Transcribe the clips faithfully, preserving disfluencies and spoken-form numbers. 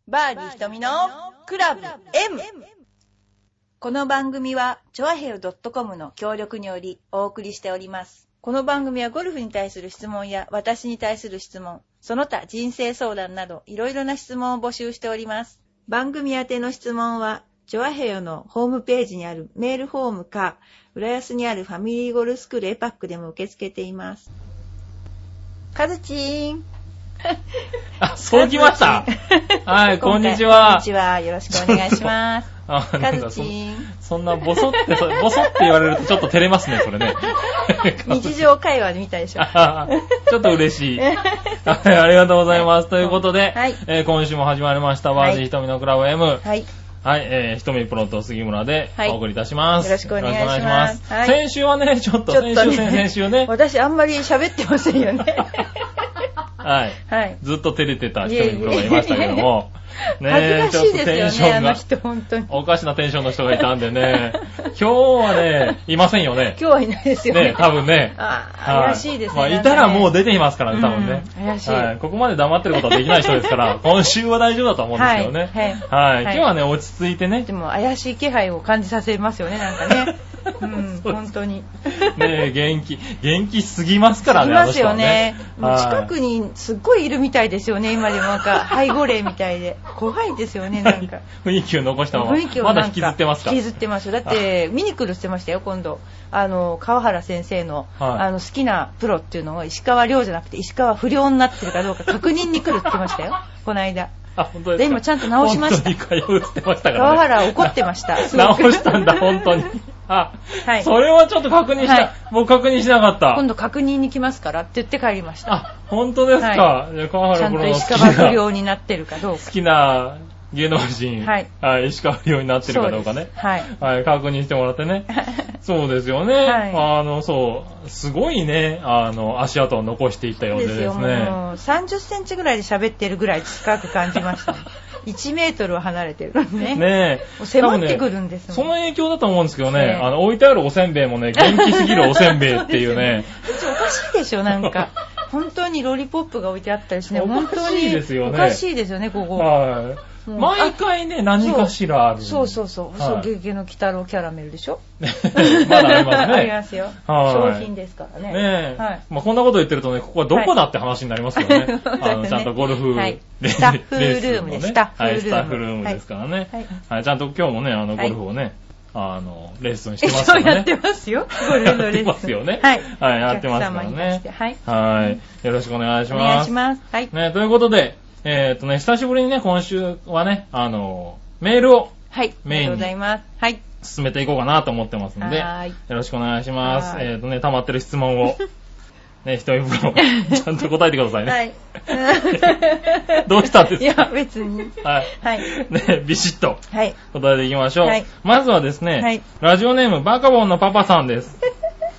バーディー瞳のクラブ M。 この番組はチョアヘヨ .com の協力によりお送りしております。この番組はゴルフに対する質問や私に対する質問、その他人生相談などいろいろな質問を募集しております。番組宛ての質問はチョアヘヨのホームページにあるメールフォームか、浦安にあるファミリーゴルフスクールエパックでも受け付けています。カズチーンあ、そうきましたはい、こんにちは。 こんにちは。よろしくお願いします。 あ、 カズチーン。 そんなボソって、ボソって言われるとちょっと照れますね、それね。 日常会話で見たでしょ。 ちょっと嬉しい。はい、ありがとうございます。ということで、はい、えー、今週も始まりました、バーディーひとみのクラブ M。はい。はい、えー、ひとみプロと杉村でお送りいたします。 はい、よろしくお願いします。 はい、先週はね、ちょっと、先週、ね、先週ね。 私あんまり喋ってませんよね。 はい。はい。ずっと照れてたひとみプロがいましたけども。 ね、恥ずかしいですよね、あの人、本当に。 おかしなテンションの人がいたんでね。今日はね、いませんよね。 今日はいないですよね。 ね、多分ね。 あ、怪しいですね。 まあ、いたらもう出ていますからね、多分ね。 怪しい。 はい。ここまで黙ってることはできない人ですから、今週は大丈夫だと思うんですけどね。はい。はい。今日はね、落ち着いてね。 でも、怪しい気配を感じさせますよね、なんかね。うん、本当に。 ねえ、元気、元気すぎますからね、 いますよね。 あの人はね。 近くにすっごいいるみたいですよね、今でもなんか、背後霊みたいで。怖いですよね、なんか。 雰囲気を残したまま。雰囲気をまだ引きずってますか？ 引きずってますよ。だって、見に来るって言ってましたよ、今度。あの、川原先生の、はい、あの、好きなプロっていうのを石川遼じゃなくて、石川不良になってるかどうか確認に来るって言ってましたよ、この間。 あ、本当ですか？ で、今ちゃんと直しました。 本当に通ってましたからね。 川原怒ってました。 直したんだ、本当に。あ、はい、それはちょっと確認した。はい、もう確認しなかった。 今度確認に来ますからって言って帰りました。 あ、本当ですか？はい、じゃあ川原プロの好きな。 ちゃんと石川不良になってるかどうか。 好きな芸能人、はい、はい、石川不良になってるかどうかね。 はい。はい、 確認してもらってね。そうですよね。はい、あの、そう、すごいね、あの、足跡を残していったようでですね。ですよ、 もうさんじゅっセンチぐらいで喋ってるぐらい近く感じました、ね。いちメートルは離れてるね。ねえ。迫ってくるんですもん、ね。 その影響だと思うんですけどね、ねあの、置いてあるおせんべいもね、元気すぎるおせんべいっていうね。 おかしいでしょ、なんか。本当にロリポップが置いてあったりしてね、 本当に。おかしいですよね。 おかしいですよね、ここ。 はい。毎回ね、何かしらある。 そうそうそう。そう、ゲゲの鬼太郎キャラメルでしょまだありますね。 ありますよ。商品ですからね。 ねえ。はい。まあこんなこと言ってるとね、ここはどこだって話になりますけどね。あの、ちゃんとゴルフ、 スタッフルームです。スタッフルーム。 スタッフルームですからね。はい。ちゃんと今日もね、あの、ゴルフをね、あの、レッスンしてますからね。 そうやってますよ。ゴルフのレッスン。 やってますよね。 はい。 はい、やってますからね。 はい。 はい。よろしくお願いします。お願いします。はい。 ね、ということで、えっとね、久しぶりにね、今週はね、あの、メールをメインに進めていこうかなと思ってますので、よろしくお願いします。えっとね、溜まってる質問を、ね、ひとみプロ、ちゃんと答えてくださいね。はい。どうしたんですか？ いや、別に。 はい。はい。ね、ビシッと答えていきましょう。はい。まずはですね、はい、ラジオネームバカボンのパパさんです。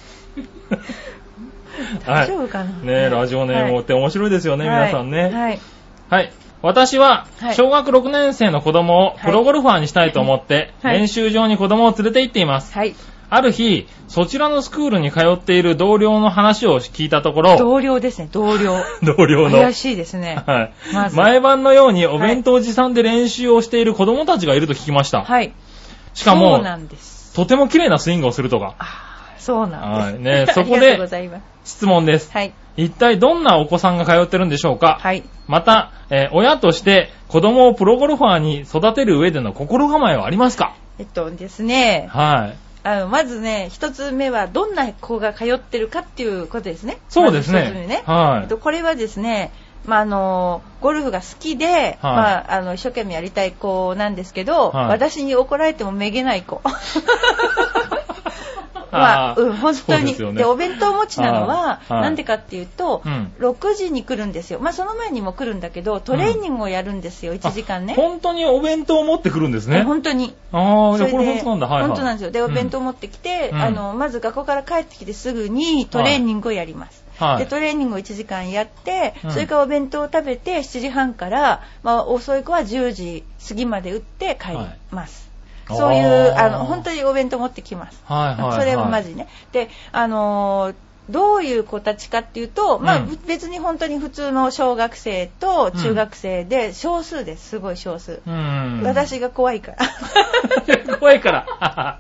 大丈夫かな？ ね、ラジオネームって面白いですよね、皆さんね。はい。はい。私は、小学ろくねん生の子供をプロゴルファーにしたいと思って、練習場に子供を連れて行っています。はい。ある日、そちらのスクールに通っている同僚の話を聞いたところ、 同僚ですね、同僚。 同僚の。 怪しいですね。 はい。まず毎晩のようにお弁当持参で練習をしている子供たちがいると聞きました。はい。しかも、そうなんです。とても綺麗なスイングをするとか。 ああ、そうなんです。 はい。ね、そこで、質問です。はい。一体どんなお子さんが通ってるんでしょうか？はい。また、えー、親として子供をプロゴルファーに育てる上での心構えはありますか？ えっとですね。 はい。 あの、まずね、一つ目はどんな子が通ってるかっていうことですね。 そうですね。 まず一つ目ね。 はい。 えっと、これはですね、まあ、あの、ゴルフが好きで、はい、まあ、あの、一生懸命やりたい子なんですけど、はい、私に怒られてもめげない子。まあ、うん、本当に。で、ね、で、お弁当持ちなのは、なんでかっていうと、うん、ろくじに来るんですよ。まあ、その前にも来るんだけど、トレーニングをやるんですよ、うん、いちじかんね。 本当にお弁当を持ってくるんですね。 本当に。 ああ、じゃあこれ本当なんだ。はい、はい。 本当なんですよ。で、お弁当を持ってきて、うん、あの、まず学校から帰ってきてすぐにトレーニングをやります。はい、で、トレーニングをいちじかんやって、うん、それからお弁当を食べてしちじはんから、まあ、遅い子はじゅうじ過ぎまで打って帰ります。はい、そういう、あの、本当にお弁当持ってきます。はいはいはい、それはまずね。で、あのー、 どういう子たちかっていうと、まあ、うん、別に本当に普通の小学生と中学生で少数です。すごい少数。うん、私が怖いから。 怖いから。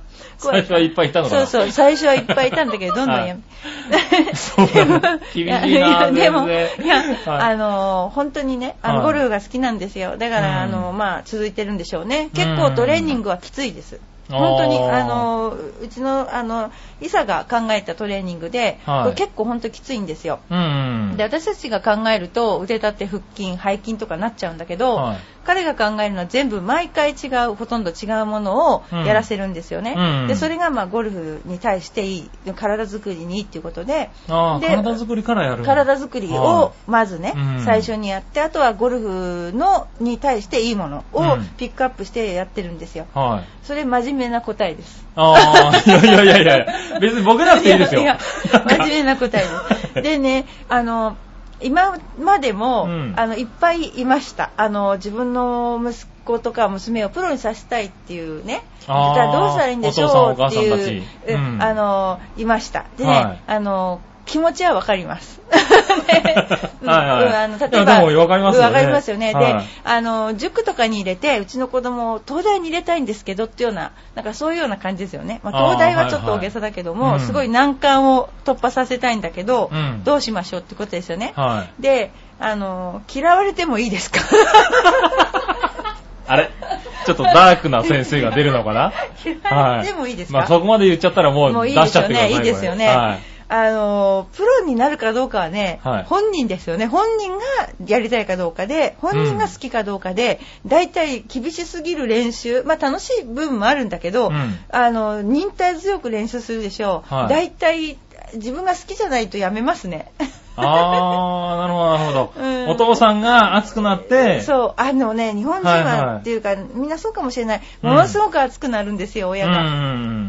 最初はいっぱいいたのかな。 そうそう、最初はいっぱいいたんだけど、どんどんやめ。 そうなの。厳しいな。 でも、いや、あの、本当にね、あの、ゴルフが好きなんですよ。だから、あの、まあ、続いてるんでしょうね。結構トレーニングはきついです。本当にあのうちのあのイサが考えたトレーニングで、はい、これ結構本当きついんですよ、うんうん、で私たちが考えると腕立て腹筋背筋とかなっちゃうんだけど、はい、彼が考えるのは全部毎回違うほとんど違うものをやらせるんですよね、うんうん、でそれがまあゴルフに対していい体作りにいいっていうことで、 あで体作りからやる体作りをまずね、はい、最初にやってあとはゴルフのに対していいものをピックアップしてやってるんですよ、はい、それ真面目な答えです。 ああ、いやいやいやいや、別に僕なくていいですよ。いやいや、真面目な答えです。でね、あの、今までも、うん、あの、いっぱいいました。あの、自分の息子とか娘をプロにさせたいっていうね、じゃあどうしたらいいんでしょうっていう、うん、あの、いました。でね、はい、あの、気持ちはわかります。 はいはい、あの例えばわかりますよね。 わかりますよね。はい、で、あの塾とかに入れてうちの子供を東大に入れたいんですけどっていうようななんかそういうような感じですよね。まあ、東大はちょっと大げさだけども、はいはい、すごい難関を突破させたいんだけど、うん、どうしましょうってことですよね。はい、で、あの嫌われてもいいですか。 あれちょっとダークな先生が出るのかな。 嫌われてもいいですか。 はい、まあそこまで言っちゃったらもう出しちゃってください。 いいですよね。いいですよね。はい、あのプロになるかどうかはね、はい、本人ですよね。本人がやりたいかどうかで本人が好きかどうかで、うん、だいたい厳しすぎる練習、まあ楽しい部分もあるんだけど、うん、あの忍耐強く練習するでしょう、はい、だいたい自分が好きじゃないとやめますね。 あー、なるほど、なるほど、うん。お父さんが熱くなって。 そう、あのね、日本人はっていうか、はいはい、みんなそうかもしれない。ものすごく熱くなるんですよ、親が。うん、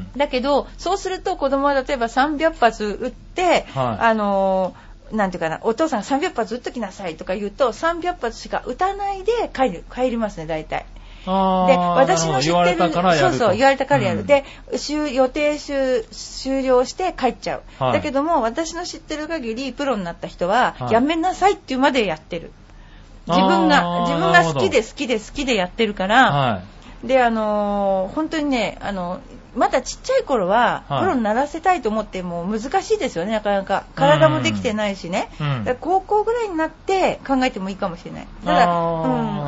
だけど、そうすると子供は例えばさんびゃく発打って、はい、あのー、なんていうかな、お父さんがさんびゃく発打っときなさいとか言うと、さんびゃく発しか打たないで帰る、帰りますね、大体。で私の知ってるそうそう言われたからやる、うん、で予定終了して帰っちゃう、はい、だけども私の知ってる限りプロになった人は、はい、やめなさいっていうまでやってる。自分が自分が好きで好きで好きでやってるから、はい、であのー、本当にねあのまだちっちゃい頃はプロにならせたいと思っても難しいですよね、なかなか体もできてないしね、うん、だから高校ぐらいになって考えてもいいかもしれない。ただ、うん、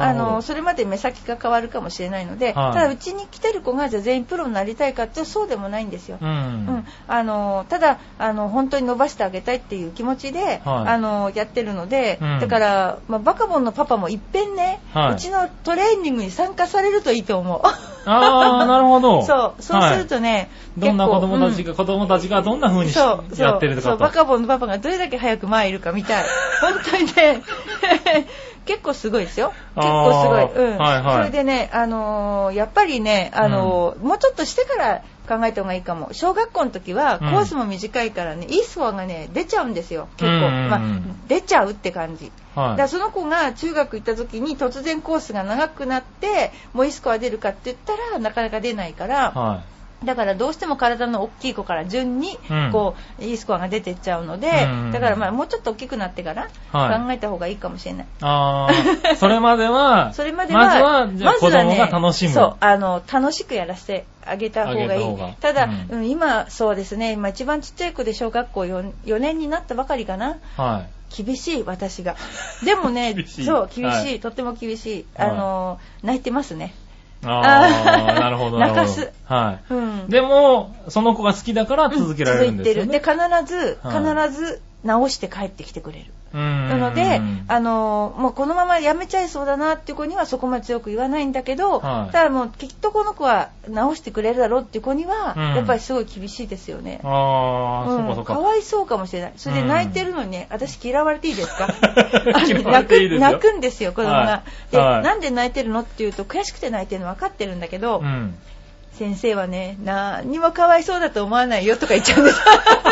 あのそれまで目先が変わるかもしれないので、はい、ただうちに来てる子がじゃあ全員プロになりたいかってそうでもないんですよ、うんうん、あのただあの本当に伸ばしてあげたいっていう気持ちで、はい、あのやってるので、うん、だから、まあ、バカボンのパパもいっぺんね、はい、うちのトレーニングに参加されるといいと思う。 ああ、なるほど。 そう、そうするとね、 はい、どんな子供たちが、うん、子供たちがどんな風にそうやってるとかと。 そう、バカボンのパパがどれだけ早く前いるかみたい。本当にね、結構すごいですよ。結構すごい。うん。はいはい、それでね、あのー、やっぱりね、あのーうん、もうちょっとしてから考えた方がいいかも。小学校の時はコースも短いからね、うん、いいスコアがね出ちゃうんですよ。結構、うんうんうん、まあ、出ちゃうって感じ。はい、だからその子が中学行った時に突然コースが長くなってもういいスコア出るかって言ったらなかなか出ないから、はい、だからどうしても体の大きい子から順にこう、うん、いいスコアが出てっちゃうので、うん、だからまあもうちょっと大きくなってから考えた方がいいかもしれない。 はい、あそれまではそれまではまずはじゃあ子供が楽しむ、 ね、そうあの楽しくやらせてあげた方がいい。ただ、うん、今そうですね、今一番ちっちゃい子で小学校 4, よねんになったばかりかな。はい、厳しい私がでもねそう厳しい、はい、とっても厳しい、あの、はい、泣いてますね。 ああなるほどなるほど。 泣かす、 はい、うん、でもその子が好きだから続けられるんですよね、うん、 続いてる。で必ず必ず直して帰ってきてくれる。なので、あのもうこのままやめちゃいそうだなっていう子にはそこまで強く言わないんだけど、はい、ただもうきっとこの子は直してくれるだろうっていう子には、うん、やっぱりすごい厳しいですよね。 ああ、うん、そうかそうか。 かわいそうかもしれない。それで泣いてるのにね、うん、私嫌われていいですか？ 嫌われていいですよ。 泣くんですよ子供が。はい、で、 はい、 なんで泣いてるのっていうと悔しくて泣いてるの分かってるんだけど。うん、先生はね、何にもかわいそうだと思わないよとか言っちゃうんです。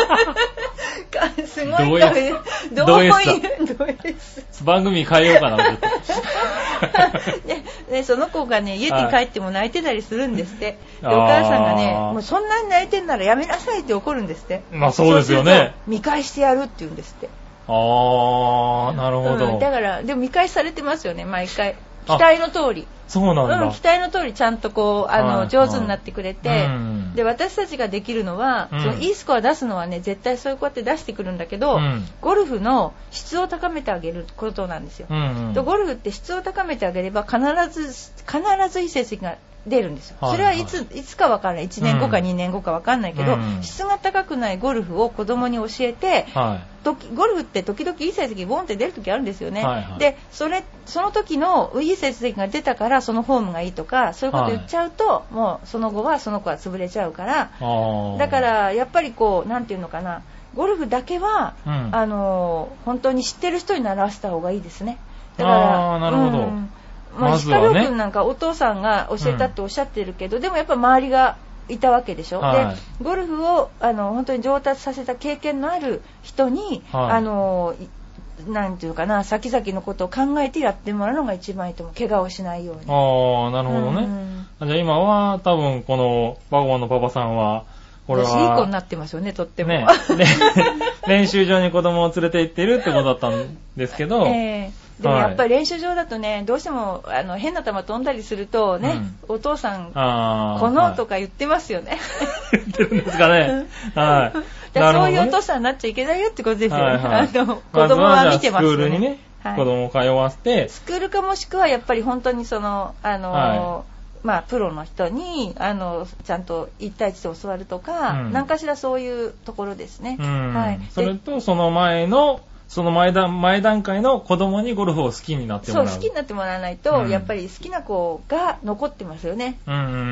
すごいどういうどういうどういう番組変えようかな。 でね、その子がね、家に帰っても泣いてたりするんですって。で、お母さんがね、もうそんなに泣いてんならやめなさいって怒るんですって。 まあそうですよね。 見返してやるって言うんですって。 あー、なるほど。 うん、だから、でも見返しされてますよね、毎回。期待の通り。 そうなんだ。 うん、期待の通りちゃんとこう、あの、はい、上手になってくれて、はい、で、私たちができるのは、うん、そのいいスコア出すのはね、絶対そういうこうやって出してくるんだけど、うん、ゴルフの質を高めてあげることなんですよ。うんうん、でゴルフって質を高めてあげれば、必ず、必ずいい成績が出るんですよ。それはいつ、いつかわからない。いちねんごかにねんごかわかんないけど、うん、質が高くないゴルフを子供に教えて、はい、ゴルフって時々いい成績ボンって出る時あるんですよね。はいはい、で、それ、その時のいい成績が出たからそのフォームがいいとか、そういうこと言っちゃうと、はい、もうその後はその子は潰れちゃうから、だからやっぱりこう、なんていうのかな、ゴルフだけは、うん、あの、本当に知ってる人に習わせた方がいいですね。だから、 あー、なるほど。うんまあ、石川遼君なんかお父さんが教えたっておっしゃってるけど、うん、でもやっぱ周りがいたわけでしょ、はい、でゴルフをあの本当に上達させた経験のある人に、はい、あのなんていうかな、先々のことを考えてやってもらうのが一番いいと思う。怪我をしないように。 ああ、なるほどね、うん、じゃあ今は多分このバゴマンのパパさんはこれはいい子になってますよね、とっても、ね、 練習場に子供を連れて行ってるってことだったんですけど、 えーでもやっぱり練習場だとね、どうしてもあの変な球飛んだりするとね、うん、お父さんこのとか言ってますよね。 言ってるんですかね。はい。 だそういうお父さんになっちゃいけないよってことですよね。はいはい、あの子供は見てますよね。 スクールにね、はい、子供を通わせて、 スクールかもしくはやっぱり本当にそのあの、はい、まあプロの人にあのちゃんといち対いちで教わるとか、うん、何かしらそういうところですね。 うん、はい。それとその前のその前段、前段階の子供にゴルフを好きになってもらう。 そう、好きになってもらわないと、うん、やっぱり好きな子が残ってますよね。 うんうんうんうん、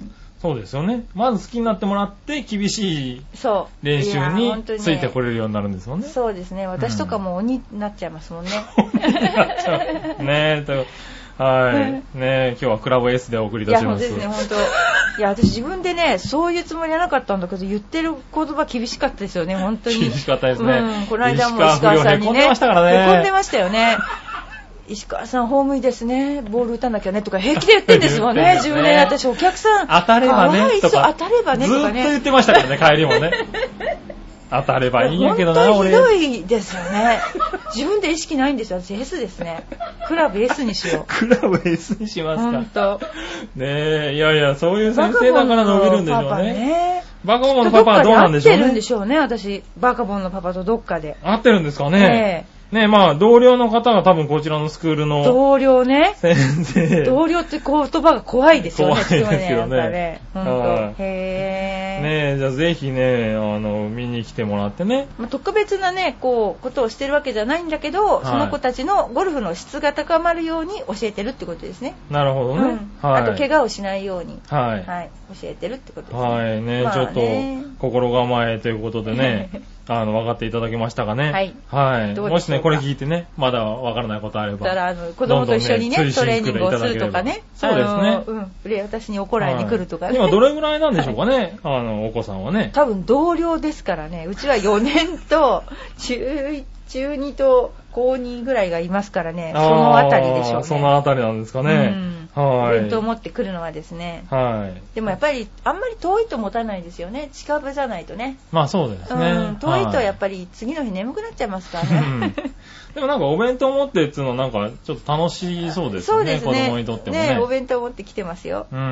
そうですよね。まず好きになってもらって厳しい練習についてこれるようになるんですもんね。 そうですね。私とかも鬼になっちゃいますもんね。 鬼になっちゃう。ねえ。はい。ねえ、今日はクラブ S でお送りいたします。 いや、本当ですね、本当。いや、私自分でね、そういうつもりはなかったんだけど、言ってる言葉厳しかったですよね、本当に。 厳しかったですね。 うん、この間も石川さんにね。へこんでましたからね。 へこんでましたよね。石川さん、ホームいいですね。ボール打たなきゃねとか平気で言ってんですもんね。自分で私、お客さん。 当たればね。とか。 当たればねとかね。 ずっと言ってましたからね、帰りもね。当たればいいんやけどな、 俺。本当にひどいですよね。自分で意識ないんですよ。私 S ですね。クラブ S にしよう。 クラブ S にしますか。 本当。 ねえ、いやいや、そういう先生だから伸びるんでしょうね。バカボンのパパはどうなんでしょうね。合ってるんでしょうね、私。バカボンのパパとどっかで。 合ってるんですかね。えねえ、まあ、同僚の方が多分こちらのスクールの。 同僚ね。 先生。 同僚って言葉が怖いですよね。 怖いですよね。 ね本当。へー。ねえ、じゃあぜひね、あの、見に来てもらってね。 まあ、特別なね、こう、ことをしてるわけじゃないんだけど、はい、その子たちのゴルフの質が高まるように教えてるってことですね。 なるほどね。 うん、はい。あと、怪我をしないように。 はい。 はい。教えてるってことですね。 はいね、まあ、ねちょっと、心構えということでね。あの、分かっていただけましたかね。はい。はい。もしね、これ聞いてね、まだ分からないことあれば。 だから、あの、子供と一緒にね、どんどんねトレーニングをするとかね。 そうですね。 うん。私に怒られに来るとかね。 今どれぐらいなんでしょうかね、はい、あの、お子さんはね。 多分同僚ですからね、うちはよねんと、中いち、中にと高にぐらいがいますからね、そのあたりでしょうね。 そのあたりなんですかね。 うん、はい。お弁当を持ってくるのはですね。 はい。 でもやっぱり、あんまり遠いと持たないですよね。近場じゃないとね。 まあそうですね。 うん、遠いとやっぱり次の日眠くなっちゃいますからね。うんでもなんかお弁当持ってっていうのなんかちょっと楽しそうですね。 そうですね。 子供にとってもね。 ね、お弁当持ってきてますよ。 うん。うん、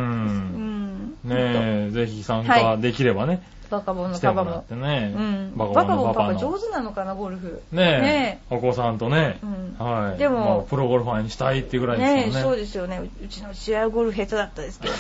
ねえ、ぜひ参加できればね。はい、 バカボンのパパも。 ね、 うん。バカボンのパパ上手なのかな、ゴルフ。 ねえ。ねお子さんとね。うん、はい。でも、まあ、プロゴルファーにしたいっていうぐらいですよね。 ねそうですよね。うちの試合ゴルフ下手だったですけどね。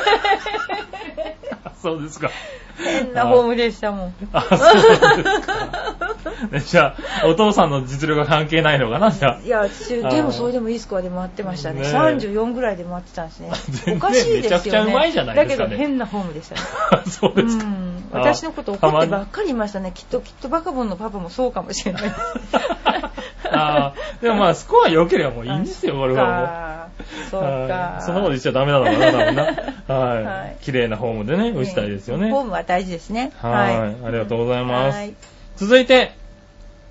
そうですか。 変なフォームでしたもん。 あ、そうですか。ね、じゃあ、お父さんの実力が関係ないのかな、じゃあ。 いや、でもそれでもいいスコアで回ってましたね。ねさんじゅうよんぐらいで回ってたんですね。おかしいですよね。めちゃくちゃうまいじゃないですか、ね。 だけど変なフォームでしたね。 そうですか。 うん私のこと怒ってばっかりいましたね。きっと、きっとバカボンのパパもそうかもしれない。 あでもまあ、スコア良ければもういいんですよ、俺はもう。そうか。 そんなこと言っちゃダメなのかな、多分な。はい。はい、綺麗なフォームでね、打ちたいですよね。 フォームは大事ですね。 はい。ありがとうございます。はい、続いて、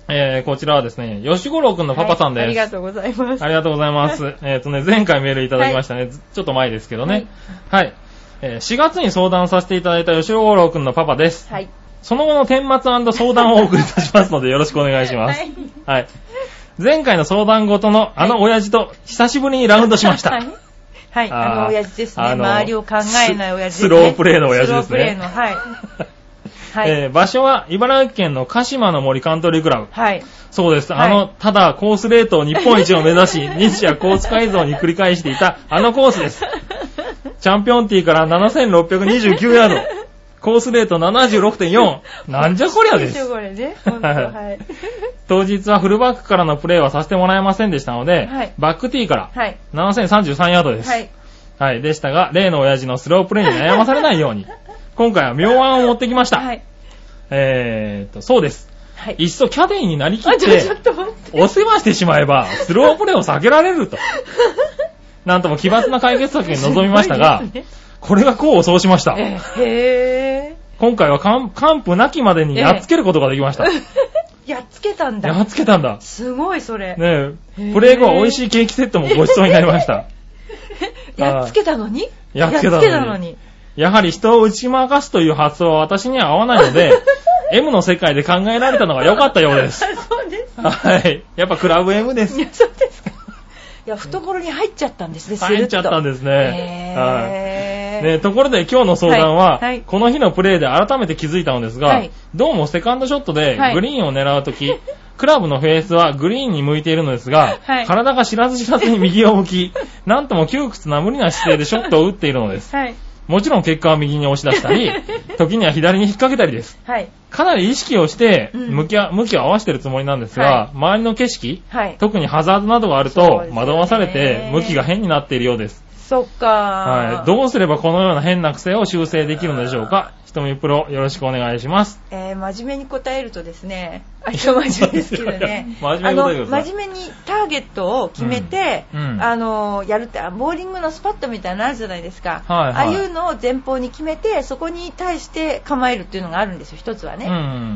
えー、こちらはですね、吉五郎くんのパパさんです、はい。ありがとうございます。 ありがとうございます。えっとね、前回メールいただきましたね。はい、ちょっと前ですけどね。はい。はい、えー、しがつに相談させていただいた吉五郎くんのパパです。はい。その後の顛末&相談をお送りいたしますのでよろしくお願いします。はい。はい。前回の相談ごとのあの親父と久しぶりにラウンドしました。はい。 はい、あ, あの親父ですね。周りを考えない親父ですね。 スロープレイの親父ですね。 スロープレイの、はい。はい、 えー、場所は茨城県の鹿島の森カントリークラブ。はい。そうです。あの、はい、ただコースレートを日本一を目指し、日夜コース改造に繰り返していたあのコースです。チャンピオンティーからななせんろっぴゃくにじゅうきゅうヤード。コースレート ななじゅうろくてんよん。なんじゃこりゃです。これね。本当、はい。当日はフルバックからのプレーはさせてもらえませんでしたので、はい、バックティーからななせんさんじゅうさんヤードです。はい。はい。でしたが、例の親父のスロープレーに悩まされないように、今回は妙案を持ってきました。はい。えーと、そうです。はい。いっそキャディーになりきって、お世話してしまえば、スロープレーを避けられると。なんとも奇抜な解決策に臨みましたが、ね、これが功を奏しました。えー、へー。今回は完膚なきまでにやっつけることができました。えー、 やっつけたんだ。 やっつけたんだ。 すごいそれ。 ねえ、プレー後は美味しいケーキセットもご馳走になりました。 やっつけたのにやっつけたのに。やっつけたのに。やはり人を打ち負かすという発想は私には合わないので、M の世界で考えられたのが良かったようです。 そうです。 はい。やっぱクラブ M です。 いや、そうですか。いや、懐に入っちゃったんですね、 入っちゃったんですね。はい。ね、ところで今日の相談は、はいはい、この日のプレーで改めて気づいたのですが、はい、どうもセカンドショットでグリーンを狙うとき、はい、クラブのフェースはグリーンに向いているのですが、はい、体が知らず知らずに右を向き、なんとも窮屈な無理な姿勢でショットを打っているのです。はい、もちろん結果は右に押し出したり、時には左に引っ掛けたりです。はい、かなり意識をして向き、うん、向きを合わせているつもりなんですが、はい、周りの景色、はい、特にハザードなどがあると惑わされて向きが変になっているようです。 そっか、 はい。どうすればこのような変な癖を修正できるのでしょうか。ひとみプロよろしくお願いします。 えー、真面目に答えるとですね、あ、いや真面目ですけどね、 真面目に答えてください。 あの真面目にターゲットを決めて、うんうん、あのやるってボーリングのスパットみたいなのあるじゃないですか。はいはい、ああいうのを前方に決めてそこに対して構えるっていうのがあるんですよ。一つはね。うん、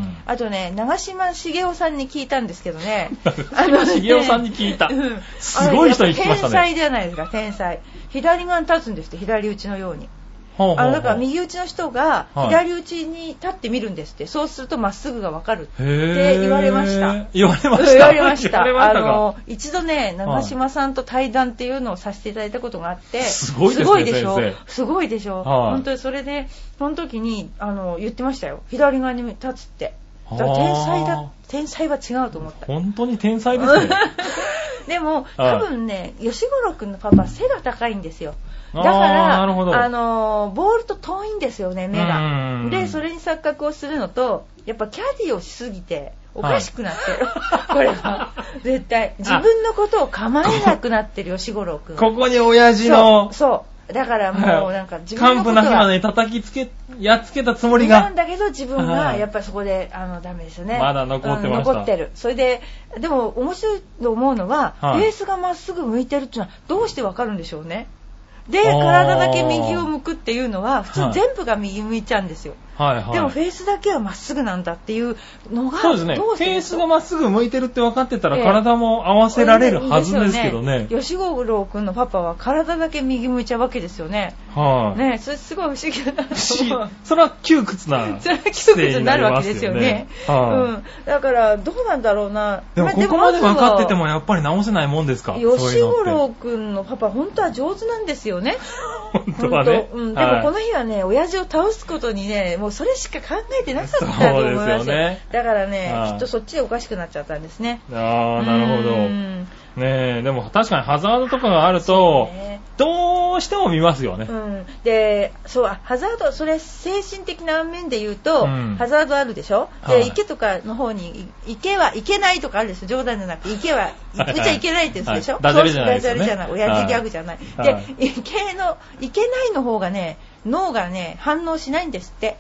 あとね、長嶋茂雄さんに聞いたんですけどね。 長嶋茂雄さんに聞いた。うん、すごい人に聞きましたね。 天才じゃないですか、天才。左側に立つんですって、左打ちのように。ほうほうほう、あのだから右打ちの人が左打ちに立ってみるんですって、はい、そうするとまっすぐが分かるって言われました。 言われました。 言われました。あの一度ね、長嶋さんと対談っていうのをさせていただいたことがあって、 すごいですね。 すごいでしょ。すごいでしょ。はい、本当にそれでその時にあの言ってましたよ。左側に立つって。だから天才だ。天才は違うと思った。 本当に天才ですね。 でも多分ね、吉五郎くんのパパ背が高いんですよ。だからあ、あのボールと遠いんですよね、目が。でそれに錯覚をするのと、やっぱキャディをしすぎておかしくなってる、はい、これは絶対自分のことを構えなくなってる吉五郎くん。 ここに親父のそうそうだからもうなんか自分のことは完膚なきまで叩きつけやっつけたつもりがなんだけど、自分がやっぱりそこであのダメですよね。 まだ残ってました。 残ってる。それででも面白いと思うのは、はい、ベースがまっすぐ向いてるっていうのはどうしてわかるんでしょうね。で体だけ右を向くっていうのは普通全部が右向いちゃうんですよ。はいはい、でもフェースだけはまっすぐなんだっていうのが、 そうですね。フェースがまっすぐ向いてるって分かってたら、えー、体も合わせられるはずですけどね。 ね、吉五郎くんのパパは体だけ右向いちゃうわけですよね。はい、ね、それすごい不思議だなと思う。 それは窮屈なそれは窮屈になるわけですよね。はい、うん、だからどうなんだろうな。 でもここまで分かっててもやっぱり直せないもんですか。 吉五郎くんのパパ本当は上手なんですよね。 本当はね。 うん、でもこの日はね、親父を倒すことにね、もうそれしか考えてなかったと思いますよ。ね、だからね、きっとそっちでおかしくなっちゃったんですね。 ああ、なるほど。ねえ、でも確かにハザードとかがあると、ね、どうしても見ますよね。うん、で、そう、ハザード、それ精神的な面で言うと、うん、ハザードあるでしょ。で、はい、池とかの方に、池はいけないとかあるでしょ。冗談じゃなくて、池は行っちゃいけないって言うんでしょ。はい、 ダジャレじゃないですよね。 ダジャレじゃない、親父ギャグじゃない。はい、で、池の、いけないの方がね、脳がね、反応しないんですって。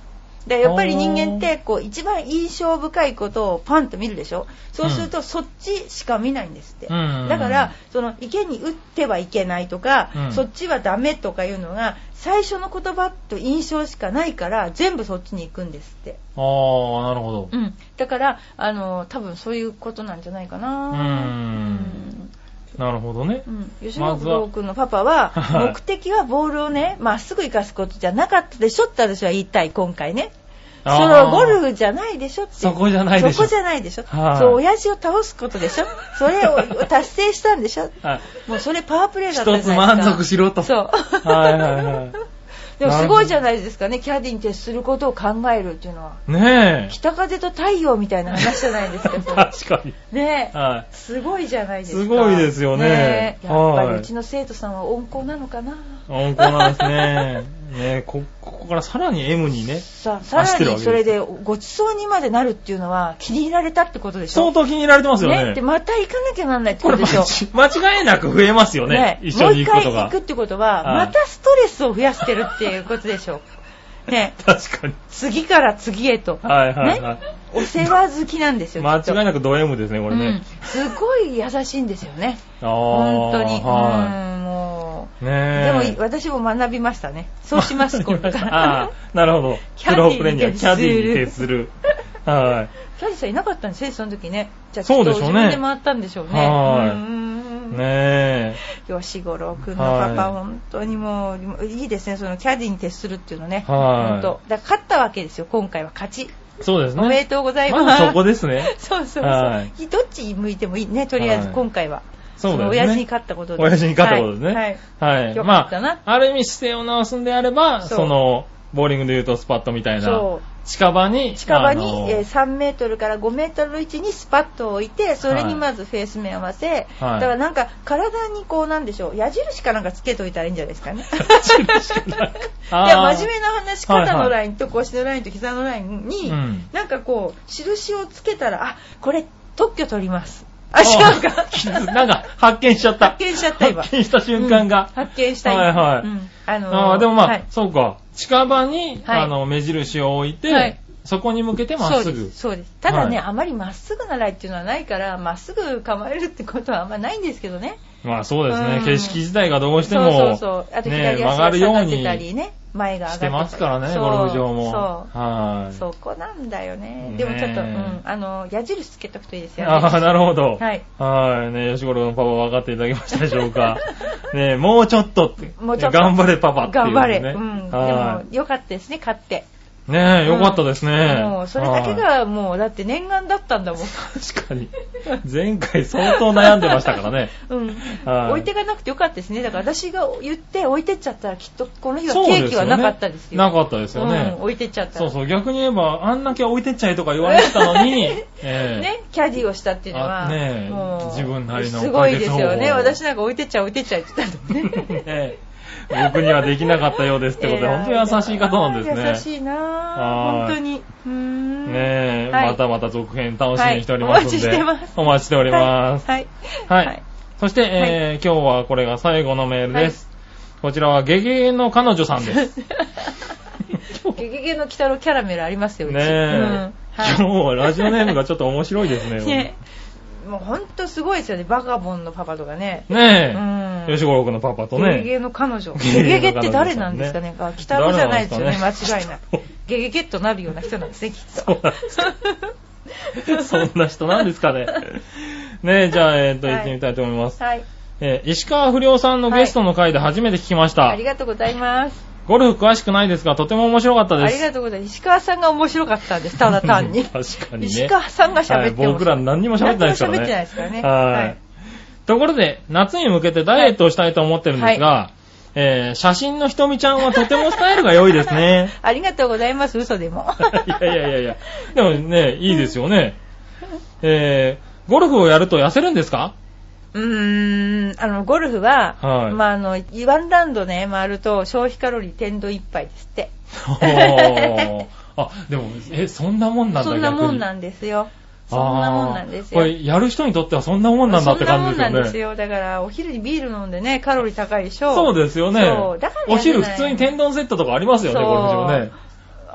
でやっぱり人間ってこう一番印象深いことをパンと見るでしょ。そうするとそっちしか見ないんですって、うん、だからその池に打ってはいけないとか、うん、そっちはダメとかいうのが最初の言葉と印象しかないから全部そっちに行くんですって。 ああ、なるほど、 うん、だからあの多分そういうことなんじゃないかな。うーん、 うんなるほどね、 うん、吉本君のパパは目的はボールをねまっすぐ生かすことじゃなかったでしょって私は言いたい今回ね。そのゴルフじゃないでしょって。 そこじゃないでしょ。 そこじゃないでしょ。そう親父を倒すことでしょ。それを達成したんでしょ。もうそれパワープレイだったじゃないですか。 一つ満足しろと。 そう。はいはいはい。でもすごいじゃないですかね、キャディに徹することを考えるっていうのは。 ねえ。 北風と太陽みたいな話じゃないですか。 確かに。 ねえ、はい。すごいじゃないですか。 すごいですよね。ねえ、やっぱりうちの生徒さんは温厚なのかな。 温厚なんですね。ねこ、ここからさらに エム にね。 さ, さらにそれでごちそうにまでなるっていうのは気に入られたってことでしょ。 相当気に入られてますよね。 ねでまた行かなきゃなんないってことでしょ。 間違いなく増えますよね。ね一緒に行くことが。 もう一回行くってことは、はい、またストレスを増やしてるっていうことでしょ。ね、 確かに次から次へと、 はいはいはい、 ね、お世話好きなんですよ。 間違いなくド M ですねこれね、うん、 すごい優しいんですよね。本当に、はい、うんもうねでも私も学びましたね。そうします今度からあなるほどプロプレにはキャディに徹するはいキャディさんいなかったんですよその時ね。 じゃあきっと自分で回ったんでしょうね。 はいうんねえ吉五郎くんのパパ、はい、本当にもういいですねそのキャディに徹するっていうのね、 はい、 本当だから勝ったわけですよ今回は勝ち。 そうですね。 おめでとうございます。 まずそこですね。 そうそうそう、 はい、 どっち向いてもいいねとりあえず今回は、はい、 そうですね、 その親父に勝ったことで親父に勝ったことですね。 はい、 はいはい、 よかったな、 まあ、ある意味姿勢を直すんであれば そ, そのボーリングでいうとスパットみたいな近場に近場に、えー、さんメートルからごメートルの位置にスパットを置いてそれにまずフェース面合わせ、はい、だからなんか体にこうなんでしょう矢印かなんかつけといたらいいんじゃないですかね。いや真面目な話肩のラインと腰のラインと膝のラインに、はいはい、なんかこう印をつけたらあこれ特許取ります。あ、違うか。 なんか発見しちゃった。 発見しちゃった今。 発見した瞬間が。 うん、発見した今。 はいはい。うん、あのー、あでもまあ、はい、そうか。近場に、はい、あの目印を置いて、はい、そこに向けてまっすぐ。 そうです。そうです。ただね、はい、あまりまっすぐなライっていうのはないから、まっすぐ構えるってことはあんまないんですけどね。 まあそうですね。うん、景色自体がどうしても、 そうそうそう。あと左足が下がってたりね。前が上がってしてますからね、ゴルフ場も。 そう。 はい。 そこなんだよね。でもちょっと、うん、あの、矢印つけとくといいですよね。ああ、なるほど。 はい。 はい。ね、吉五郎のパパ分かっていただけましたでしょうか。ね、もうちょっとって。もうちょっと。頑張れパパっていう、ね。 頑張れ。うん。でも、よかったですね、勝って。 ねえ、よかったですね。 うん、もう、それだけがもう、だって念願だったんだもん。 確かに。前回相当悩んでましたからね。 うん。置いてかなくてよかったですね。だから私が言って置いてっちゃったらきっとこの日はケーキはなかったですよ。 なかったですよね。 うん、置いてっちゃった。 そうそう、逆に言えば、あんだけ置いてっちゃえとか言われてたのに、 えー、ね、キャディをしたっていうのは、 ね、もう自分なりのすごいですよね。私なんか置いてっちゃ置いてっちゃって言ってたのね。 えー僕にはできなかったようですってことで、本当に優しい方なんですね。 優しいなぁ。本当に。うーんねえ、はい、またまた続編楽しみにしておりますので、 はい、お待ちしてます。 お待ちしております。 はい。 はい。はい、そして、えーはい、今日はこれが最後のメールです。はい、こちらはゲゲゲの彼女さんです。 ゲゲゲの鬼太郎キャラメルありますよ、うち。 ねえ、うんはい。今日はラジオネームがちょっと面白いですね。 ねもうほんとすごいですよね。バカボンのパパとかね。 ねえ。うん。吉五郎君のパパとね。 ゲゲゲの彼女。ゲゲゲって誰なんですかね。あ、北郎じゃないですよね。間違いない。ゲゲゲっとなるような人なんですね、きっと。 そんな人なんですかね。ねえ、じゃあ、えっと、行ってみたいと思います。 はい。 えー、石川不良さんのゲストの回で初めて聞きました。 ありがとうございます。 ゴルフ詳しくないですが、とても面白かったです。 ありがとうございます。石川さんが面白かったんです、ただ単に。 確かにね。 石川さんが喋ってます、 はい。僕ら何にも喋ってないですからね。 何にも喋ってないですからね。 はい。はい、ところで、夏に向けてダイエットをしたいと思ってるんですが、はいえー、写真のひとみちゃんはとてもスタイルが良いですね。 ありがとうございます、嘘でも。 いやいやいやいや。でもね、いいですよね。えー、ゴルフをやると痩せるんですか？ うーん、あの、ゴルフは、はい、まあ、あの、ワンラウンドね、回ると消費カロリー天度いっぱいですって。 あ、でも、え、そんなもんなんだ。 そんなもんなんですよ。そんなもんなんですよ。 これ、やる人にとってはそんなもんなんだって感じですよね。 そんなもんなんですよ。だから、お昼にビール飲んでね、カロリー高いでしょ。 そうですよね。そう。だからお昼普通に天丼セットとかありますよね、ゴルフ場ね。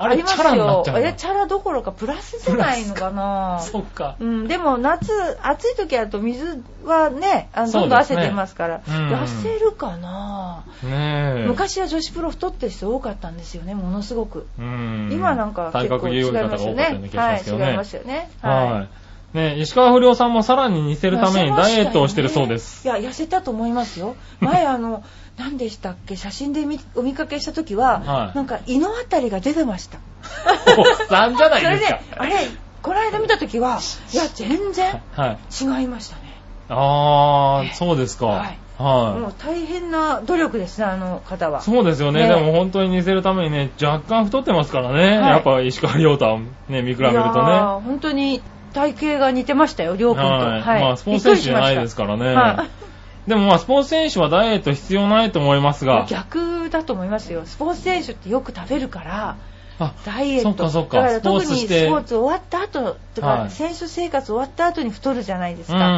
あれチャラになっちゃう。 あれチャラどころかプラスじゃないのかな。 そっか。 うん、でも夏暑い時だと水はね、あのどんどん汗出ますから、ね、うん、痩せるかな。ね、昔は女子プロ太ってる人多かったんですよね、ものすごく。うん、今なんか結構違いますよね。はい、違いますよね。はい。はいね、石川不良さんもさらに似せるためにダイエットをしてるそうです。 いや、痩せたと思いますよ。前あの何でしたっけ、写真で見お見かけした時は、はい、なんか胃のあたりが出てました。 おっさんじゃないですか。 それであれこの間見た時はいや全然違いましたね。 はい、ああ、そうですか。はい。 はい、もう大変な努力ですね、あの方は。 そうですよね。ね、でも本当に似せるためにね、若干太ってますからね。はい、やっぱ石川遼とね見比べるとね。いや本当に体型が似てましたよ、りょうくんと。はい。 まあスポーツ選手じゃないですからね。はい。でもまあスポーツ選手はダイエット必要ないと思いますが。 逆だと思いますよ。スポーツ選手ってよく食べるから。あ、ダイエット。 そっかそっか。 だから特にスポーツ終わった後とか、はい、選手生活終わった後に太るじゃないですか。うん。うん。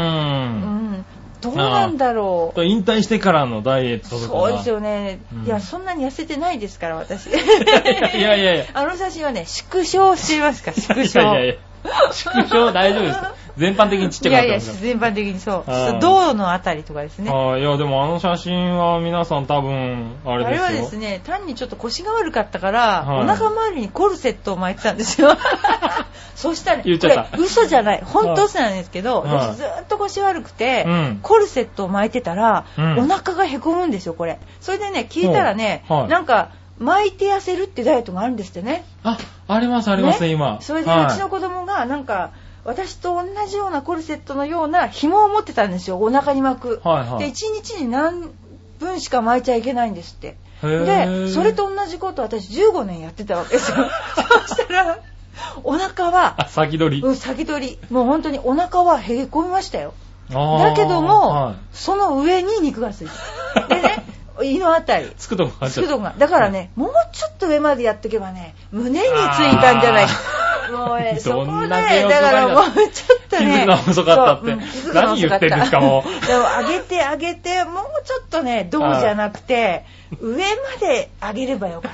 どうなんだろう。 引退してからのダイエットとか。 そうですよね。うん、いやそんなに痩せてないですから私。いやいやいや。 あの写真はね縮小していますか縮小。いやいやいや。 縮小大丈夫です。全般的にちっちゃかったんですか。 いやいや全般的にそう。胴のあたりとかですね。 ああ、いやでもあの写真は皆さん多分あれですよ。 あれはですね、単にちょっと腰が悪かったから、はい、お腹周りにコルセットを巻いてたんですよ。そしたら、ね、これ嘘じゃない、本当嘘なんですけど、はい、私ずっと腰悪くて、うん、コルセットを巻いてたら、うん、お腹がへこむんですよこれ。それでね聞いたらね、はい、なんか巻いて痩せるってダイエットがあるんですってね。 あ、ありますあります、ね、今。 それでうちの子供がなんか、私と同じようなコルセットのような紐を持ってたんですよ、お腹に巻く。はいはい、でいちにちに何分しか巻いちゃいけないんですって。でそれと同じこと私じゅうごねんやってたわけですよ。そしたらお腹は先取り、 うん、先取り、もう本当にお腹はへこみましたよ。だけども、はい、その上に肉がついてでね胃のあたりつくとこがつくとこがだからね、もうちょっと上までやっとけばね胸についたんじゃないか。もうねそこね、だからもうちょっとね気づくの遅かったって、うん、何言ってんですかもう。 でも上げて上げてもうちょっとね胴じゃなくて上まで上げればよかった。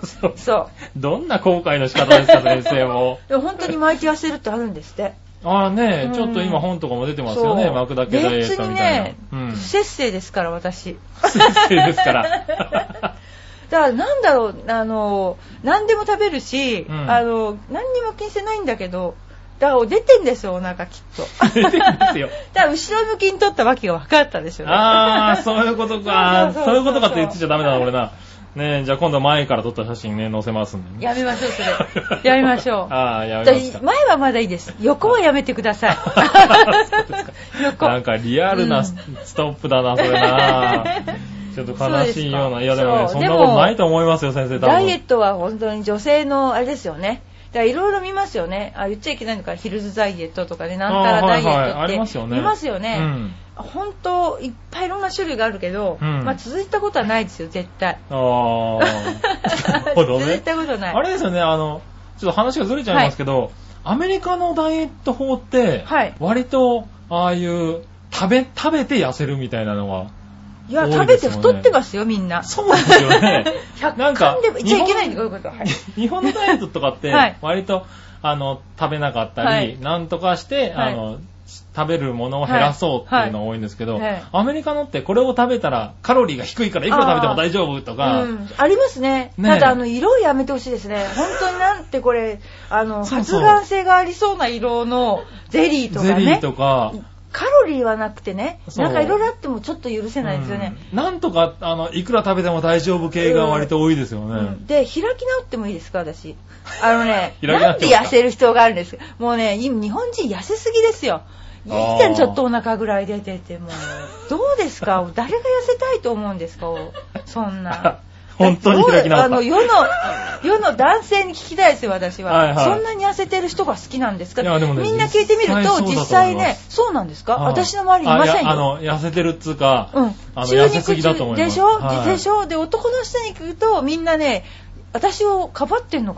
そうそうどんな後悔の仕方ですか先生も。 でも本当に巻いて痩せるってあるんですって。 ああね、うん、ちょっと今本とかも出てますよね、巻くだけダイエットみたいな。別にね、 うん、不節制ですから私。 不節制ですから。 だからなんだろう、あの何でも食べるし、うん、あの何にも気にしてないんだけど、だから出てんですよお腹きっと。 出てんですよ。 だから後ろ向きに取ったわけが分かったでしょうね。 ああそういうことか。そういうことかって言ってちゃダメだな俺な。ねえ、じゃあ今度前から撮った写真ね載せますんで、ね。 やめましょうそれ。やめましょう。 ああやめますか。 前はまだいいです。横はやめてください。 横。なんかリアルなストップだな、うん、それな。ちょっと悲しいような。いやでもね、そんなことないと思いますよ先生。多分ダイエットは本当に女性のあれですよね。だからいろいろ見ますよね。あ、言っちゃいけないのか、ヒルズダイエットとかね、なんたらダイエットって、はいはい、ありますよね。見ますよね。うん、本当いっぱいいろんな種類があるけど、うん、まあ続いたことはないですよ絶対。ああ。なるほどね。続いたことない。 あれですよね、あのちょっと話がずれちゃいますけど、はい、アメリカのダイエット法って割とああいう食べ食べて痩せるみたいなのは。 いや、食べて太ってますよみんな。 そうですよね。 なんか噛んでいっちゃいけないんでこういうこと。はい、 日本のダイエットとかって割と、はい、あの食べなかったり、はい、なんとかして、はい、あの食べるものを減らそうっていうのが多いんですけど、はいはい、アメリカのってこれを食べたらカロリーが低いからいくら食べても大丈夫とかあ,、うん、ありますね。ね、ただあの色やめてほしいですね。本当になんてこれあの発がん性がありそうな色のゼリーとかね。ゼリーとか。カロリーはなくてね、なんかいろいろあってもちょっと許せないですよね。 うん、なんとかあのいくら食べても大丈夫系が割と多いですよね。うんうん、 で開き直ってもいいですか私。あのね、なんで痩せる必要があるんですか。もうね今日本人痩せすぎですよ。いいじゃんちょっとお腹ぐらい出ててもどうですか。誰が痩せたいと思うんですかそんな。 本当に開き直った。 あの世の世の男性に聞きたいですよ私は、はいはい、そんなに痩せてる人が好きなんですか。いやでも、ね、みんな聞いてみると実際ねそうなんですか、はい、私の周りにいませんよ。 あの痩せてるっつうか、うん、あの痩せすぎだと思いますでしょ、はい、でしょ。で男の人に聞くとみんなね私をかばってんのかな。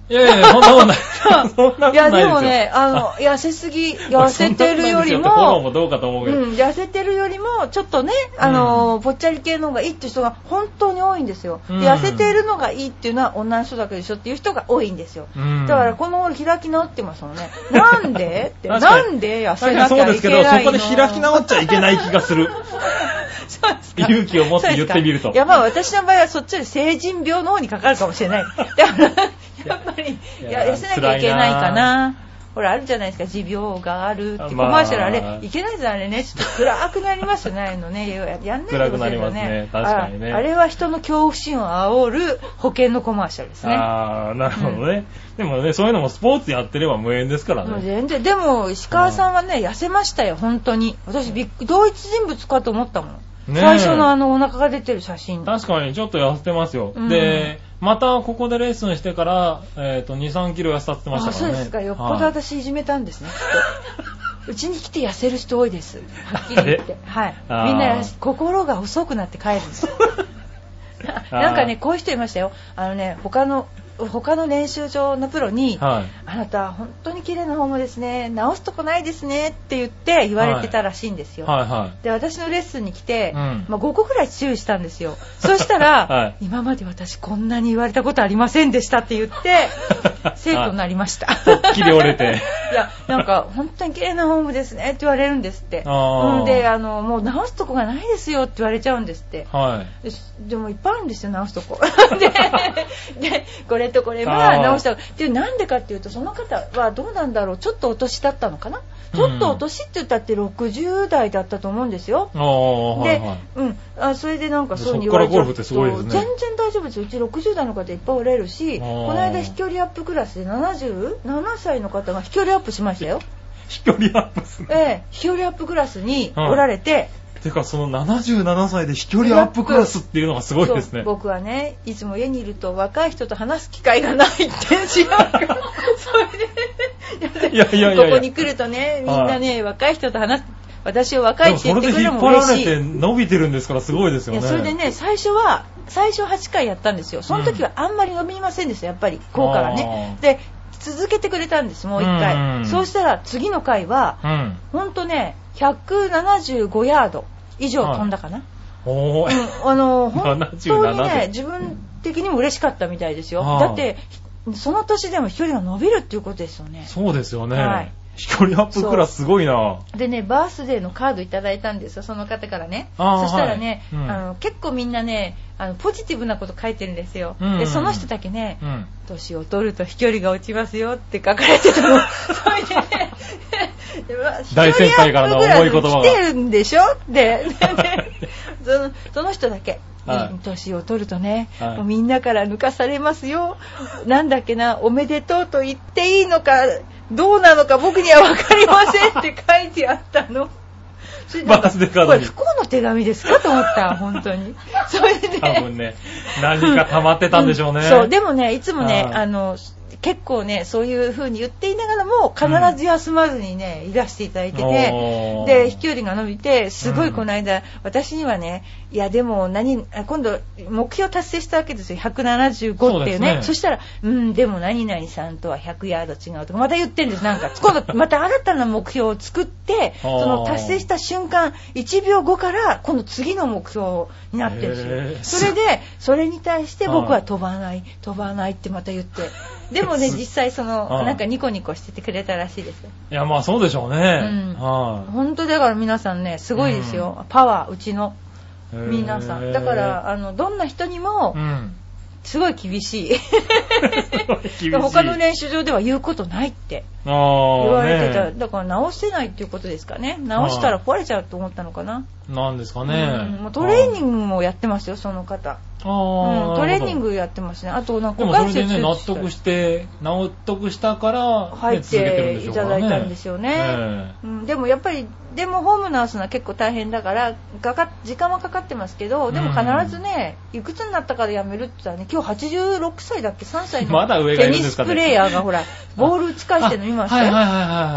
いやいや、そんなもんない。そんなもんないですよ。いや、 でもね、あの、痩せすぎ、痩せてるよりも、フォローもどうかと思うけど。 うん、痩せてるよりも、ちょっとね、あの、うん、ぽっちゃり系の方がいいっていう人が本当に多いんですよ。うん、で痩せているのがいいっていうのは女の人だけでしょっていう人が多いんですよ。うん、だからこの頃開き直ってますもんね。なんでって、なんで痩せなきゃいけないの？そうですけど、 そこで開き直っちゃいけない気がする。そうですか。勇気を持って言ってみると。 いや、まあ私の場合はそっちで成人病の方にかかるかもしれない。やっぱり、いや、痩せなきゃいけないかな。ほら、あるじゃないですか、持病があるって。コマーシャルあれ、いけないですあれね。ちょっと暗くなりますね、ああいうのね。やんないで暗くなりますね。確かにね。 あれは人の恐怖心を煽る保険のコマーシャルですね。 ああ、なるほどね。でもね、そういうのもスポーツやってれば無縁ですからね。もう全然。でも、石川さんはね、痩せましたよ、本当に。私、同一人物かと思ったもん。ね、最初のあのお腹が出てる写真。 確かにちょっと痩せてますよ。うん、で、またここでレッスンしてから、えっと、に、さんキロ痩せたって言ってましたからね。 あ、そうですか。よっぽど私いじめたんですね。うちに来て痩せる人多いです。はっきり言って。はい。みんな心が細くなって帰るんです。なんかね、こういう人いましたよ。あのね、他の、他の練習場のプロに、はい、あなた本当に綺麗なフォームですね、直すとこないですねって言って言われてたらしいんですよ。はいはいはい、で私のレッスンに来て、うんまあ、ごこくらい注意したんですよ。そしたら、はい、今まで私こんなに言われたことありませんでしたって言って生徒になりました。 はっきり折れていやなんか本当に綺麗なフォームですねって言われるんですって。うん、であのもう直すとこがないですよって言われちゃうんですって。はい、で, でもいっぱいあるんですよ直すとこで, でこれとこれは直したっていう、なんでかっていうとその方はどうなんだろう、ちょっとお年だったのかな、ちょっとお年って言ったってろくじゅう代だったと思うんですよ。で、はいはい、うん、あそれでなんかそういうに言われちゃうと、ね、全然大丈夫ですよ。うちろくじゅう代の方いっぱいおられるし、この間飛距離アップクラスでななじゅうななさいの方が飛距離アップしましたよ。 飛距離アップですね。 ええ、飛距離アップクラスにおられて、はい、 てかそのななじゅうななさいで飛距離アップクラスっていうのがすごいですね。 僕はね、いつも家にいると若い人と話す機会がないって違うからそれでいやいやいやいやここに来るとね、みんなね、若い人と話す、私を若いって言ってくるのも嬉しい。 それで引っ張られて伸びてるんですからすごいですよね。いやそれでね、最初は最初はちかいやったんですよ。その時はあんまり伸びませんでした、やっぱり効果がね。で続けてくれたんです、もういっかい。うん、そうしたら次の回は、うん、ほんとねひゃくななじゅうごヤード以上飛んだかな。はい、おー、うん、あの本当にね自分的にも嬉しかったみたいですよ。だってその年でも飛距離が伸びるっていうことですよね。 そうですよね。はい、飛距離アップクラスすごいな。 でね、バースデーのカードいただいたんですよ、その方からね。そしたらね、はい、うん、あの結構みんなね、あのポジティブなこと書いてるんですよ。うんうんうん、でその人だけね、うん、年を取ると飛距離が落ちますよって書かれてたの。それでね大先輩からの重い言葉が来てるんでしょでその、その人だけ、はい、年を取るとね、はい、もうみんなから抜かされますよ。なんだっけな、おめでとうと言っていいのかどうなのか僕には分かりませんって書いてあったの。それなんかこれ不幸の手紙ですかと思った本当に。それで多分ね、何か溜まってたんでしょうね。うん、 そうでもね、いつもね、あの結構ねそういう風に言っていながらも必ず休まずにね、うん、いらしていただいてて、で飛距離が伸びてすごいこの間、うん、私にはね、いやでも何今度目標達成したわけですよ、ひゃくななじゅうごっていうね。 そうですね。そしたらうんでも何々さんとはひゃくヤード違うとかまた言ってるんです。なんか今度また新たな目標を作ってその達成した瞬間いちびょうごから今度次の目標になってるんですよ。それでそれに対して僕は飛ばない飛ばないってまた言って、でもね実際そのなんかニコニコしててくれたらしいですよ。 いやまあそうでしょうね。うん、 はあ、本当だから皆さんねすごいですよ、うん、パワーうちの皆さんだからあのどんな人にもすごい厳しい。厳しい他の練習場では言うことないって言われてた、ね、だから直せないっていうことですかね。直したら壊れちゃうと思ったのかな。 なんですかね。 うん、もうトレーニングもやってますよその方。あ、うん、トレーニングやってますね。あとなんか股関節でもそれでね納得して納得したから、ね、 入っていただいたんですよね。えーうん、でもやっぱりでもホーム直すのは結構大変だからかか時間はかかってますけど、でも必ずね、うん、いくつになったからやめるって言ったらね、今日はちじゅうろくさいだっけさんさいのテニスプレーヤーがほらボール打ち返してるの見ましたよ。 はいはいはいはいはい。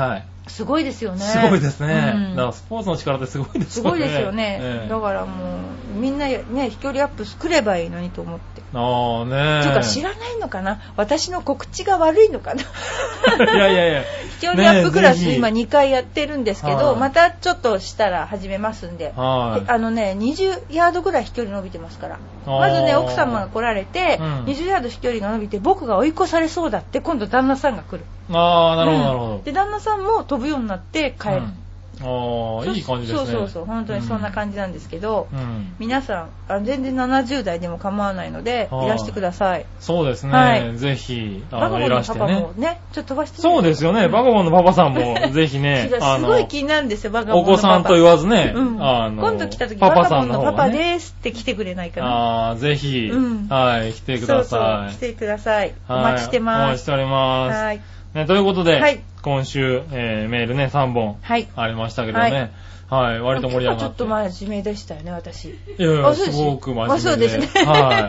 すごいですよね。 すごいですね。うん、だからスポーツの力ってすごいですよね。 すごいですよね。ええ、だからもうみんなね飛距離アップ作ればいいのにと思って。 ああね。 とか知らないのかな。私の告知が悪いのかな。 いやいやいや。 飛距離アップクラス今にかいやってるんですけど、またちょっとしたら始めますんで。あのねにじゅうヤードぐらい飛距離伸びてますから。まずね奥様が来られて、うん、にじゅうヤード飛距離が伸びて僕が追い越されそうだって今度旦那さんが来る。 ああなるほどなるほど。 うん、で旦那さんも飛ぶようになって帰る。うんああいい感じですね。 そうそうそう本当にそんな感じなんですけど、うん、皆さんあ全然ななじゅう代でも構わないのでいらしてください。 そうですね、はい、ぜひあのいらしてね。バカボンのパパもねちょっと飛ばしてみて。 そうですよね、うん、バカボンのパパさんもぜひねすごい気になるんですよバカボンのパパ。 お子さんと言わずね、うん、 あの今度来た時バカボンのパパですって来てくれないかな。 ああぜひ、うん、はい来てください。そうそう来てください。お待ちしてます。 お待ちしております。はいね、ということで、はい、今週、えー、メールねさんぼんありましたけどね、はいはい、割と盛り上がって。ちょっと真面目でしたよね、私。いやいや、すごく真面目で。 そうですね。 はい。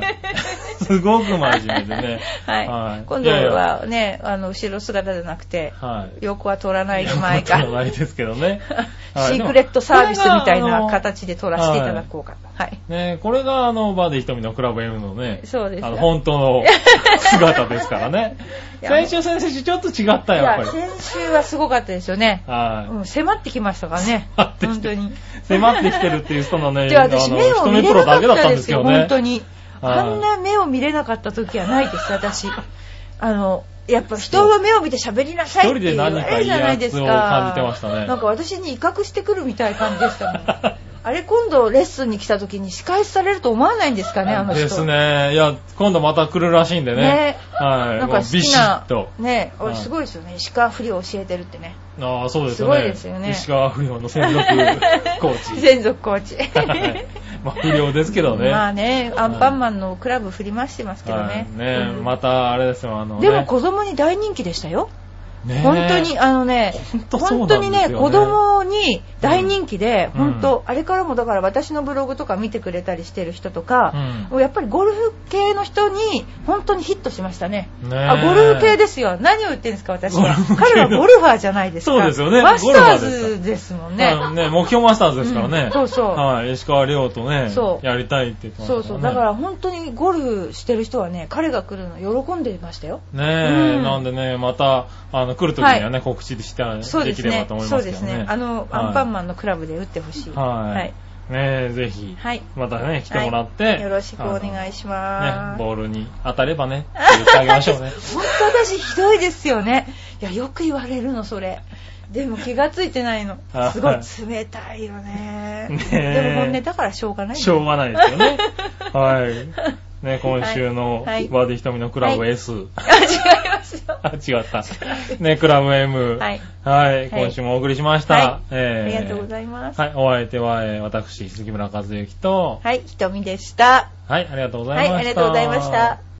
すごく真面目でね。 はい。はい、今度はね、あの、後ろ姿じゃなくて、はい、横は取らないで前から。 取らないですけどね。 シークレットサービスみたいな形で取らせていただこうかと。はい。 ね、これがあの、バーディー瞳のクラブ M のね、 そうです。 あの、本当の姿ですからね。先週、先週ちょっと違ったよ、やっぱり。 先週はすごかったですよね。はい。うん、迫ってきましたからね。本当に。 迫ってきてるっていう人のね、 で私目を見れなかったですよ、本当に。 あんな目を見れなかった時はないです、私。あの、やっぱ人の目を見て喋りなさいっていうあれじゃないですか。一人で何かいいやつを感じてましたね。 なんか私に威嚇してくるみたいな感じでしたもん。あれ今度レッスンに来た時に仕返しされると思わないんですかね、あの人。 ですね。いや、今度また来るらしいんでね。ねはい。 なんか好きな、ね、 はい、 すごいですよね。石川不良を教えてるってね。 ああ、そうですよね。すごいですよね。 石川不良の専属コーチ。 専属コーチ。 まあ、不良ですけどね。 まあね、アンパンマンのクラブ振り回してますけどね。はい、 ね、うん、またあれですよ、あの、ね。 でも子供に大人気でしたよ。ね、本当にあのね本当にね子供に大人気で、うん、本当あれからもだから私のブログとか見てくれたりしてる人とか、うん、やっぱりゴルフ系の人に本当にヒットしましたね。ねあゴルフ系ですよ。何を言ってるんですか私は。彼はゴルファーじゃないですか。 そうですよね。 マスターズですもんね。 ね目標マスターズですからね。 うん、そうそう。 はい、石川遼とねやりたいって言ってましたからね。 そうそうだから本当にゴルフしてる人はね彼が来るの喜んでましたよ。 ねえ、うん、なんでねまたあの来る時にはね、はい告知してできればと思いますけどね。そうですね。 あの、はい、アンパンマンのクラブで打ってほしい。 はい。はい、ねぜひ、はい、またね来てもらって、はい、 よろしくお願いします。 ねボールに当たればね言ってあげましょうね。 本当私ひどいですよね。いやよく言われるのそれ。でも気がついてないの。すごい冷たいよね。ねでも本音だからしょうがない、ね。 しょうがないですよね。はい。ね、今週のバーディー瞳のクラブ S、はいはい、あ違いますよ。 あ違ったねクラブ M はい、はい、今週もお送りしました、はいえー、ありがとうございます。 はいお相手は、えー、私杉村和之とはい瞳でした。 はいありがとうございました。 はいありがとうございました。